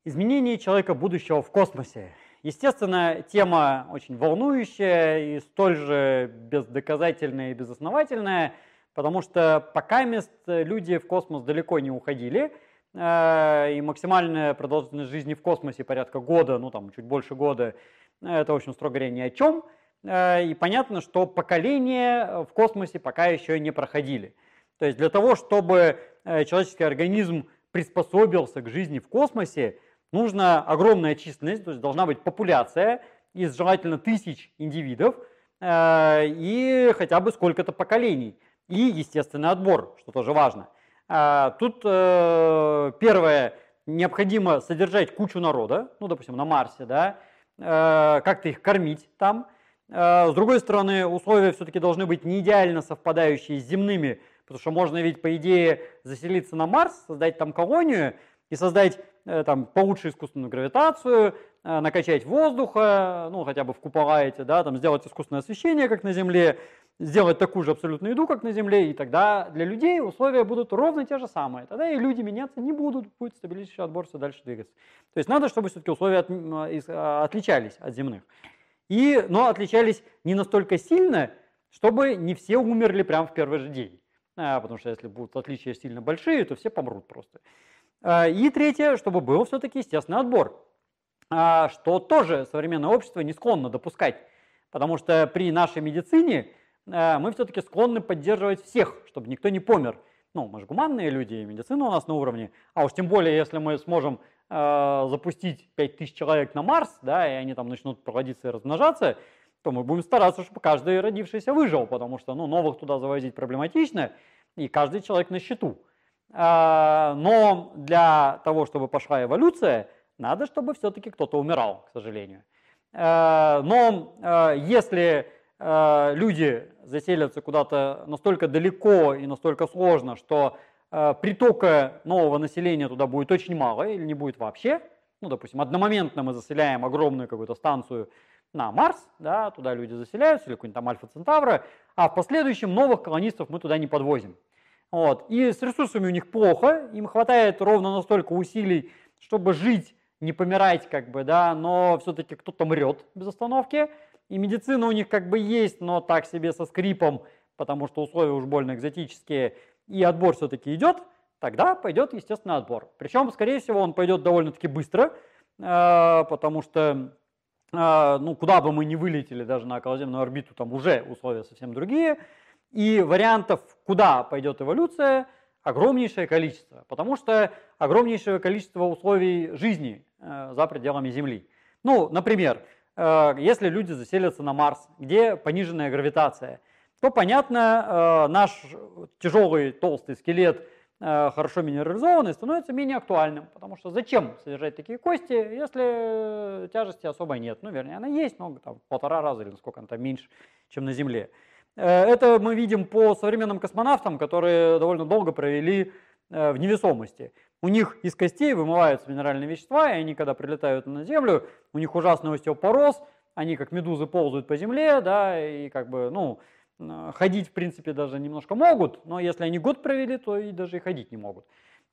Изменение человека будущего в космосе. Естественно, тема очень волнующая и столь же бездоказательная и безосновательная, потому что пока люди в космос далеко не уходили, и максимальная продолжительность жизни в космосе порядка года, ну там чуть больше года, это, в общем, строго говоря, ни о чем. И понятно, что поколения в космосе пока еще не проходили. То есть для того, чтобы человеческий организм приспособился к жизни в космосе, нужна огромная численность, то есть должна быть популяция из желательно тысяч индивидов и хотя бы сколько-то поколений. И естественный отбор, что тоже важно. Тут первое, необходимо содержать кучу народа, ну, допустим, на Марсе, да, как-то их кормить там. С другой стороны, условия все-таки должны быть не идеально совпадающие с земными, потому что можно ведь, по идее, заселиться на Марс, создать там колонию и создать там получше искусственную гравитацию, накачать воздуха, ну, хотя бы в купола эти, да, там сделать искусственное освещение, как на Земле, сделать такую же абсолютную еду, как на Земле, и тогда для людей условия будут ровно те же самые. Тогда и люди меняться не будут, будет стабилизирующий отбор, все дальше двигаться. То есть надо, чтобы все-таки условия отличались от земных. Но отличались не настолько сильно, чтобы не все умерли прямо в первый же день. Потому что если будут отличия сильно большие, то все помрут просто. И третье, чтобы был все-таки естественный отбор, что тоже современное общество не склонно допускать. Потому что при нашей медицине мы все-таки склонны поддерживать всех, чтобы никто не помер. Ну, мы же гуманные люди, и медицина у нас на уровне. А уж тем более, если мы сможем запустить 5000 человек на Марс, да, и они там начнут плодиться и размножаться, то мы будем стараться, чтобы каждый родившийся выжил, потому что новых туда завозить проблематично, и каждый человек на счету. Но для того, чтобы пошла эволюция, надо, чтобы все-таки кто-то умирал, к сожалению. Но если люди заселятся куда-то настолько далеко и настолько сложно, что притока нового населения туда будет очень мало или не будет вообще, ну, допустим, одномоментно мы заселяем огромную какую-то станцию на Марс, да, туда люди заселяются, или какой-нибудь там Альфа-Центавра, а в последующем новых колонистов мы туда не подвозим. Вот. И с ресурсами у них плохо, им хватает ровно настолько усилий, чтобы жить, не помирать, как бы, да, но все-таки кто-то мрет без остановки. И медицина у них как бы есть, но так себе со скрипом, потому что условия уж больно экзотические, и отбор все-таки идет, тогда пойдет естественный отбор. Причем, скорее всего, он пойдет довольно-таки быстро, потому что, ну, куда бы мы ни вылетели, даже на околоземную орбиту, там уже условия совсем другие. И вариантов, куда пойдет эволюция, огромнейшее количество, потому что огромнейшее количество условий жизни за пределами Земли. Ну, например, если люди заселятся на Марс, где пониженная гравитация, то, понятно, наш тяжелый толстый скелет, хорошо минерализованный, становится менее актуальным, потому что зачем содержать такие кости, если тяжести особо нет? Ну, вернее, она есть, но там, в 1,5 раза или насколько она там меньше, чем на Земле. Это мы видим по современным космонавтам, которые довольно долго провели в невесомости. У них из костей вымываются минеральные вещества, и они, когда прилетают на Землю, у них ужасный остеопороз, они как медузы ползают по Земле, да, и как бы, ну, ходить, в принципе, даже немножко могут, но если они год провели, то и даже и ходить не могут.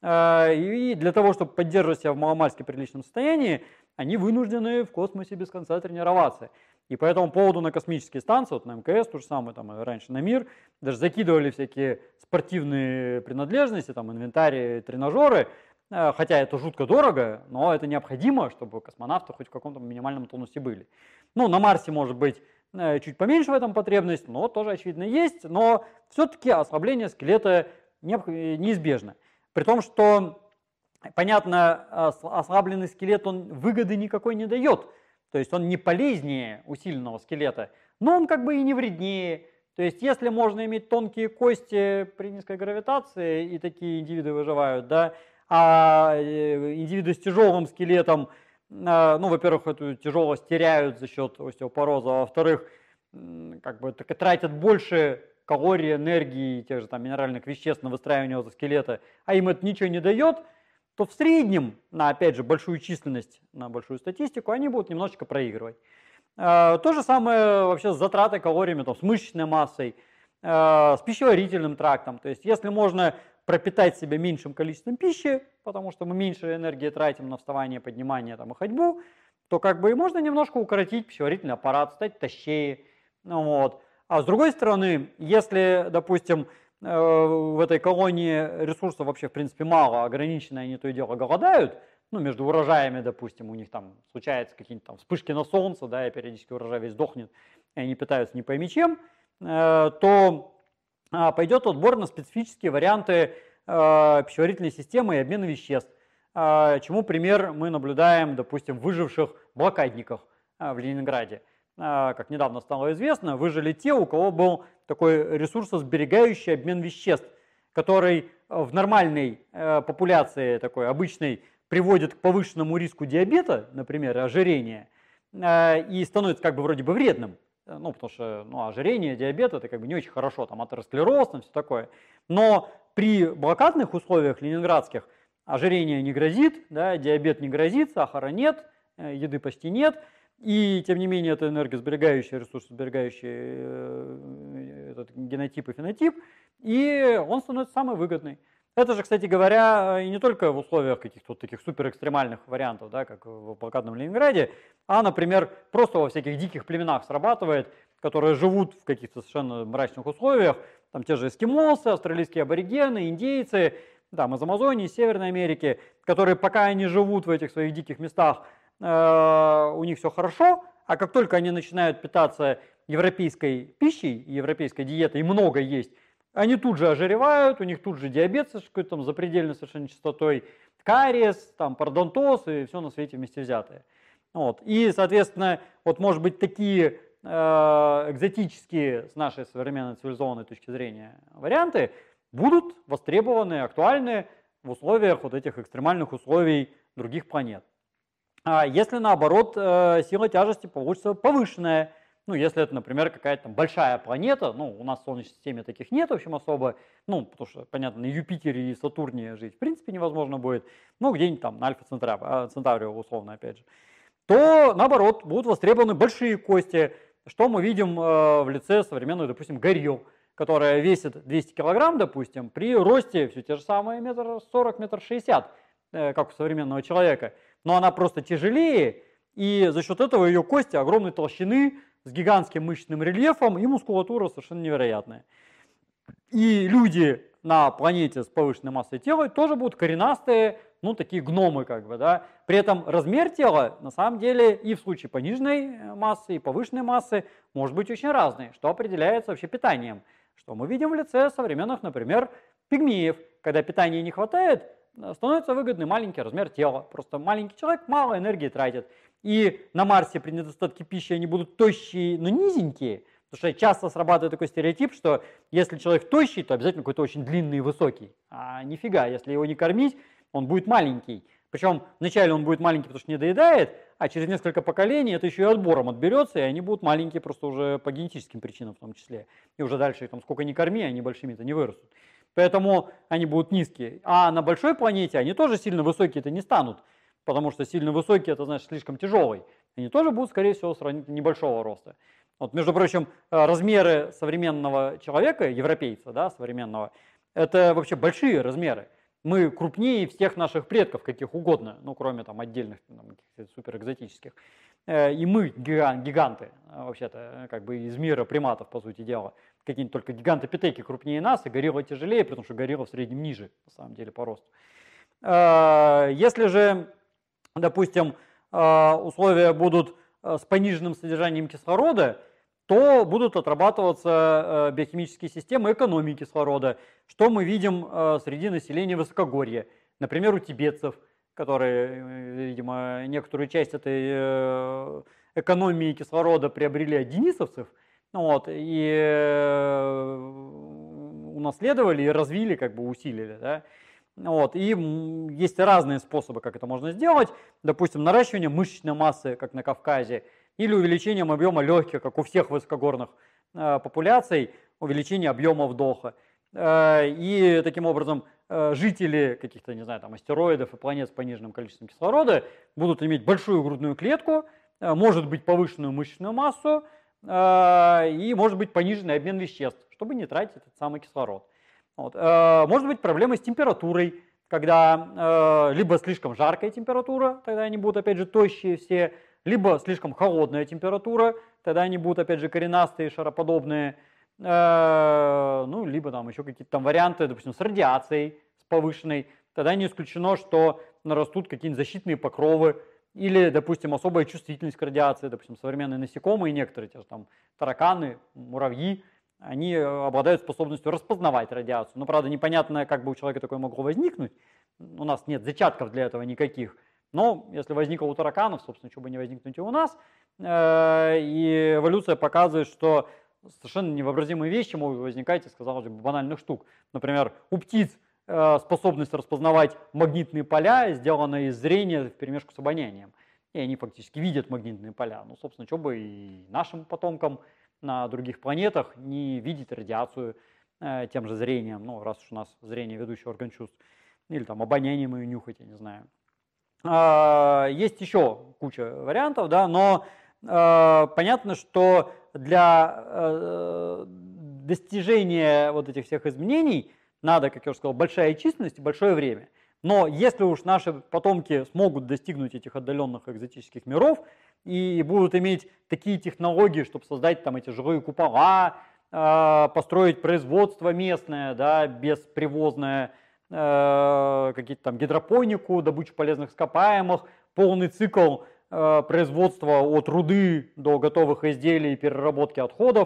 И для того, чтобы поддерживать себя в маломальски приличном состоянии, они вынуждены в космосе без конца тренироваться. И по этому поводу на космические станции, вот на МКС, то же самое, там и раньше на Мир, даже закидывали всякие спортивные принадлежности, там инвентарь, тренажеры, хотя это жутко дорого, но это необходимо, чтобы космонавты хоть в каком-то минимальном тонусе были. Ну, на Марсе, может быть, чуть поменьше в этом потребность, но тоже, очевидно, есть, но все-таки ослабление скелета неизбежно. При том, что, понятно, ослабленный скелет, он выгоды никакой не дает. То есть он не полезнее усиленного скелета, но он как бы и не вреднее. То есть если можно иметь тонкие кости при низкой гравитации, и такие индивиды выживают, да, а индивиды с тяжелым скелетом, ну, во-первых, эту тяжелость теряют за счет остеопороза, а во-вторых, как бы так и тратят больше калорий, энергии, тех же там минеральных веществ на выстраивание этого скелета, а им это ничего не дает, то в среднем, на, опять же, большую численность, на большую статистику, они будут немножечко проигрывать. То же самое вообще с затратой калориями, там, с мышечной массой, с пищеварительным трактом. То есть если можно пропитать себя меньшим количеством пищи, потому что мы меньше энергии тратим на вставание, поднимание там, и ходьбу, то как бы и можно немножко укоротить пищеварительный аппарат, стать тощее. Ну, вот. А с другой стороны, если, допустим, в этой колонии ресурсов вообще в принципе мало, ограниченно они то и дело голодают, ну, между урожаями, допустим, у них там случаются какие-нибудь там вспышки на солнце, да, и периодически урожай весь дохнет, и они питаются не пойми чем, то пойдет отбор на специфические варианты пищеварительной системы и обмена веществ. Чему пример мы наблюдаем, допустим, в выживших блокадниках в Ленинграде. Как недавно стало известно, выжили те, у кого был такой ресурсосберегающий обмен веществ, который в нормальной популяции, такой обычной, приводит к повышенному риску диабета, например, ожирения, и становится как бы вроде бы вредным. Ну, потому что ожирение, диабет, это как бы не очень хорошо, там атеросклероз, там все такое. Но при блокадных условиях ленинградских ожирение не грозит, да, диабет не грозит, сахара нет, еды почти нет. И тем не менее это энергосберегающий, ресурсосберегающий этот генотип и фенотип, и он становится самый выгодный. Это же, кстати говоря, и не только в условиях каких-то таких суперэкстремальных вариантов, да, как в блокадном Ленинграде, а, например, просто во всяких диких племенах срабатывает, которые живут в каких-то совершенно мрачных условиях, там те же эскимосы, австралийские аборигены, индейцы, там из Амазонии, из Северной Америки, которые пока они живут в этих своих диких местах, у них все хорошо, а как только они начинают питаться европейской пищей, европейской диетой и много есть, они тут же ожиревают, у них тут же диабет с какой-то там запредельной совершенно частотой, кариес, там, пародонтоз и все на свете вместе взятое. Вот. И, соответственно, вот может быть такие экзотические с нашей современной цивилизованной точки зрения варианты будут востребованы, актуальны в условиях вот этих экстремальных условий других планет. А если наоборот сила тяжести получится повышенная, ну если это, например, какая-то там большая планета, ну у нас в Солнечной системе таких нет в общем особо, ну потому что, понятно, на Юпитере и Сатурне жить в принципе невозможно будет, ну где-нибудь там на Альфа-Центавре условно опять же, то наоборот будут востребованы большие кости, что мы видим в лице современных, допустим, горилл, которая весит 200 килограмм, допустим, при росте все те же самые 1,40 м, 1,60 м, как у современного человека. Но она просто тяжелее, и за счет этого ее кости огромной толщины, с гигантским мышечным рельефом, и мускулатура совершенно невероятная. И люди на планете с повышенной массой тела тоже будут коренастые, ну такие гномы как бы, да. При этом размер тела на самом деле и в случае пониженной массы, и повышенной массы может быть очень разный, что определяется вообще питанием. Что мы видим в лице современных, например, пигмеев. Когда питания не хватает, становится выгодный маленький размер тела. Просто маленький человек мало энергии тратит. И на Марсе при недостатке пищи они будут тощие, но низенькие. Потому что часто срабатывает такой стереотип, что если человек тощий, то обязательно какой-то очень длинный и высокий. А нифига, если его не кормить, он будет маленький. Причем вначале он будет маленький, потому что не доедает, а через несколько поколений это еще и отбором отберется, и они будут маленькие просто уже по генетическим причинам в том числе. И уже дальше там сколько ни корми, они большими-то не вырастут. Поэтому они будут низкие. А на большой планете они тоже сильно высокие-то не станут, потому что сильно высокие это значит слишком тяжелый. Они тоже будут, скорее всего, сравнительно небольшого роста. Вот, между прочим, размеры современного человека, европейца, да, современного, это вообще большие размеры. Мы крупнее всех наших предков, каких угодно, ну, кроме там отдельных суперэкзотических. И мы гиганты, вообще-то, как бы из мира приматов, по сути дела. Какие-нибудь только гигантопитеки крупнее нас, и горилла тяжелее, потому что горилла в среднем ниже, на самом деле, по росту. Если же, допустим, условия будут с пониженным содержанием кислорода, то будут отрабатываться биохимические системы экономии кислорода, что мы видим среди населения высокогорья. Например, у тибетцев, которые, видимо, некоторую часть этой экономии кислорода приобрели от денисовцев, вот, и унаследовали, и развили, как бы усилили. Да? Вот, и есть разные способы, как это можно сделать. Допустим, наращивание мышечной массы, как на Кавказе, или увеличением объема легких, как у всех высокогорных популяций, увеличение объема вдоха. И таким образом жители каких-то, не знаю, там, астероидов и планет с пониженным количеством кислорода будут иметь большую грудную клетку, может быть повышенную мышечную массу и может быть пониженный обмен веществ, чтобы не тратить этот самый кислород. Вот. Может быть проблемы с температурой, когда либо слишком жаркая температура, тогда они будут опять же тощие все, либо слишком холодная температура, тогда они будут опять же коренастые, шароподобные, ну, либо там еще какие-то там варианты, допустим, с радиацией, с повышенной, тогда не исключено, что нарастут какие-нибудь защитные покровы, или, допустим, особая чувствительность к радиации, допустим, современные насекомые, некоторые, те же там тараканы, муравьи, они обладают способностью распознавать радиацию. Но, правда, непонятно, как бы у человека такое могло возникнуть. У нас нет зачатков для этого никаких. Но если возникло у тараканов, собственно, что бы не возникнуть и у нас. И эволюция показывает, что совершенно невообразимые вещи могут возникать из, казалось бы, банальных штук. Например, у птиц способность распознавать магнитные поля сделана из зрения вперемешку с обонянием. И они фактически видят магнитные поля. Ну, собственно, что бы и нашим потомкам на других планетах не видеть радиацию тем же зрением, ну, раз уж у нас зрение ведущий орган чувств, или там обонянием ее нюхать, я не знаю. Есть еще куча вариантов, да, но понятно, что для достижения вот этих всех изменений надо, как я уже сказал, большая численность и большое время. Но если уж наши потомки смогут достигнуть этих отдаленных экзотических миров и будут иметь такие технологии, чтобы создать там эти жилые купола, построить производство местное, да, беспривозное, какие-то там гидропонику, добычу полезных ископаемых, полный цикл производства от руды до готовых изделий и переработки отходов,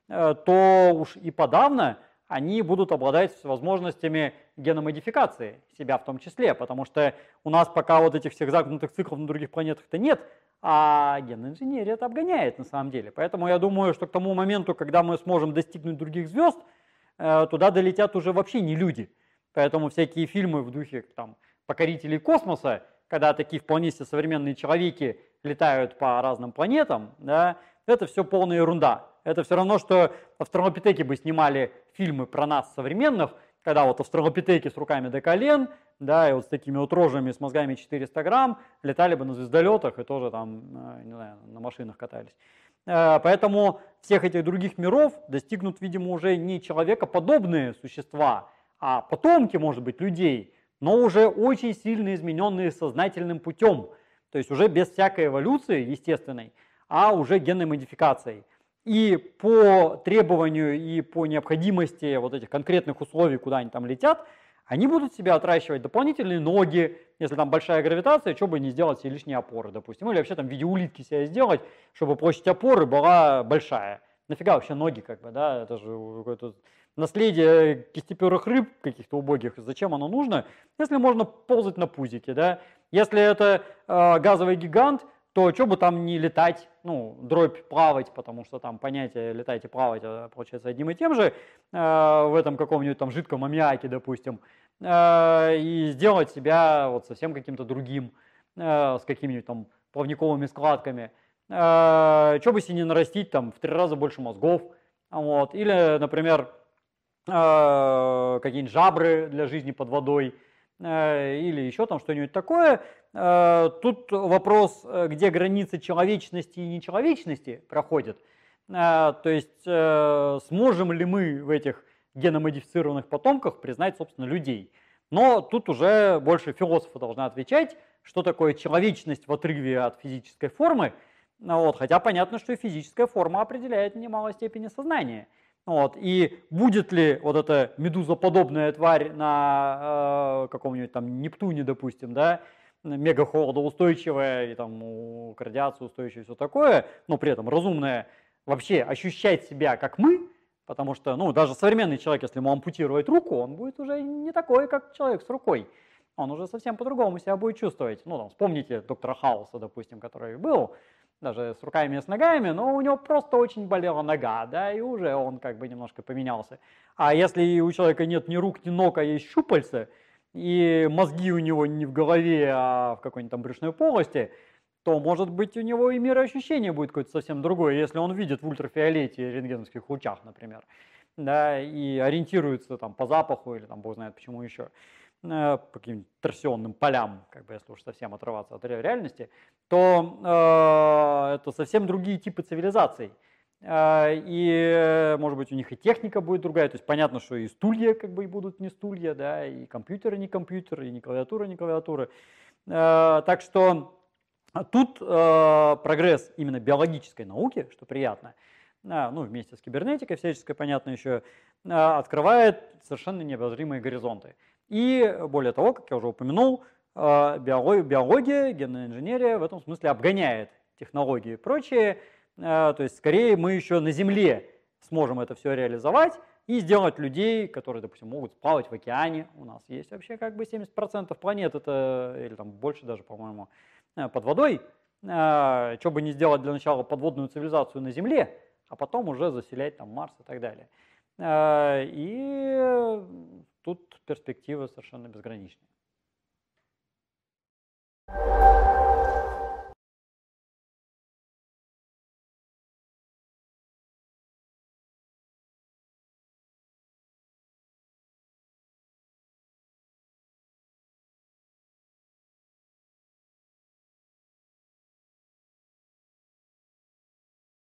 то уж и подавно они будут обладать возможностями геномодификации себя в том числе, потому что у нас пока вот этих всех замкнутых циклов на других планетах-то нет, а генная инженерия это обгоняет на самом деле. Поэтому я думаю, что к тому моменту, когда мы сможем достигнуть других звезд, туда долетят уже вообще не люди. Поэтому всякие фильмы в духе там, покорителей космоса, когда такие вполне себе современные человеки летают по разным планетам, да, это все полная ерунда. Это все равно, что австралопитеки бы снимали фильмы про нас современных, когда вот австралопитеки с руками до колен, да, и вот с такими вот рожами, с мозгами 400 грамм, летали бы на звездолетах и тоже там, не знаю, на машинах катались. Поэтому всех этих других миров достигнут, видимо, уже не человекоподобные существа, а потомки, может быть, людей, но уже очень сильно измененные сознательным путем, то есть уже без всякой эволюции естественной, а уже генной модификацией. И по требованию и по необходимости вот этих конкретных условий, куда они там летят, они будут себе отращивать дополнительные ноги, если там большая гравитация, что бы не сделать себе лишние опоры, допустим, или вообще там в виде улитки себя сделать, чтобы площадь опоры была большая. Нафига вообще ноги, как бы, да, это же какое-то наследие кистеперых рыб каких-то убогих, зачем оно нужно, если можно ползать на пузике, да. Если это газовый гигант, то что бы там не летать, ну, дробь плавать, потому что там понятие летать и плавать получается одним и тем же, в этом каком-нибудь там жидком аммиаке, допустим, и сделать себя вот совсем каким-то другим, с какими-нибудь там плавниковыми складками. Что бы себе не нарастить там в 3 раза больше мозгов, вот. Или, например, какие-нибудь жабры для жизни под водой, или еще там что-нибудь такое. Тут вопрос, где границы человечности и нечеловечности проходят. То есть сможем ли мы в этих геномодифицированных потомках признать, собственно, людей. Но тут уже больше философы должны отвечать, что такое человечность в отрыве от физической формы. Вот, хотя понятно, что и физическая форма определяет в немалой степени сознание. Вот, и будет ли вот эта медузоподобная тварь на каком-нибудь там Нептуне, допустим, да, мега холодоустойчивая и там к радиации устойчивая и все такое, но при этом разумная, вообще ощущать себя как мы, потому что, ну, даже современный человек, если ему ампутировать руку, он будет уже не такой, как человек с рукой. Он уже совсем по-другому себя будет чувствовать. Ну, там, вспомните доктора Хауса, допустим, который был, даже с руками и с ногами, но у него просто очень болела нога, да, и уже он как бы немножко поменялся. А если у человека нет ни рук, ни ног, а есть щупальца, и мозги у него не в голове, а в какой-нибудь там брюшной полости, то, может быть, у него и мироощущение будет какое-то совсем другое, если он видит в ультрафиолете и рентгеновских лучах, например, да, и ориентируется там по запаху или там бог знает почему еще, по каким-нибудь торсионным полям, как бы если уж совсем отрываться от реальности, то это совсем другие типы цивилизаций. И, может быть, у них и техника будет другая. То есть понятно, что и стулья как бы и будут не стулья, да, и компьютеры не компьютеры, и не клавиатуры не клавиатуры. Так что тут прогресс именно биологической науки, что приятно, ну, вместе с кибернетикой всяческой, понятно, еще открывает совершенно необозримые горизонты. И более того, как я уже упомянул, биология, генная инженерия в этом смысле обгоняет технологии и прочее. То есть скорее мы еще на Земле сможем это все реализовать и сделать людей, которые, допустим, могут плавать в океане. У нас есть вообще как бы 70% планет, это, или там больше даже, по-моему, под водой. Что бы не сделать для начала подводную цивилизацию на Земле, а потом уже заселять там Марс и так далее. И тут перспективы совершенно безграничные.